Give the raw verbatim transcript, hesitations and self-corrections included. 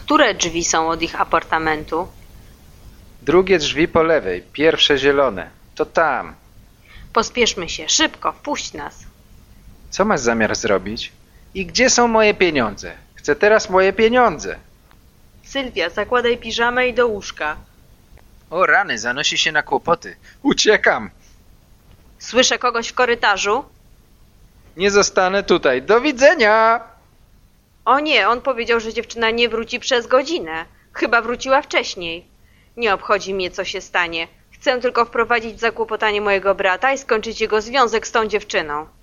Które drzwi są od ich apartamentu? Drugie drzwi po lewej, pierwsze zielone. To tam. Pospieszmy się, szybko, wpuść nas. Co masz zamiar zrobić? I gdzie są moje pieniądze? Chcę teraz moje pieniądze. Sylwia, zakładaj piżamę i do łóżka. O rany, zanosi się na kłopoty. Uciekam. Słyszę kogoś w korytarzu? Nie zostanę tutaj. Do widzenia! O nie, on powiedział, że dziewczyna nie wróci przez godzinę. Chyba wróciła wcześniej. Nie obchodzi mnie, co się stanie. Chcę tylko wprowadzić w zakłopotanie mojego brata i skończyć jego związek z tą dziewczyną.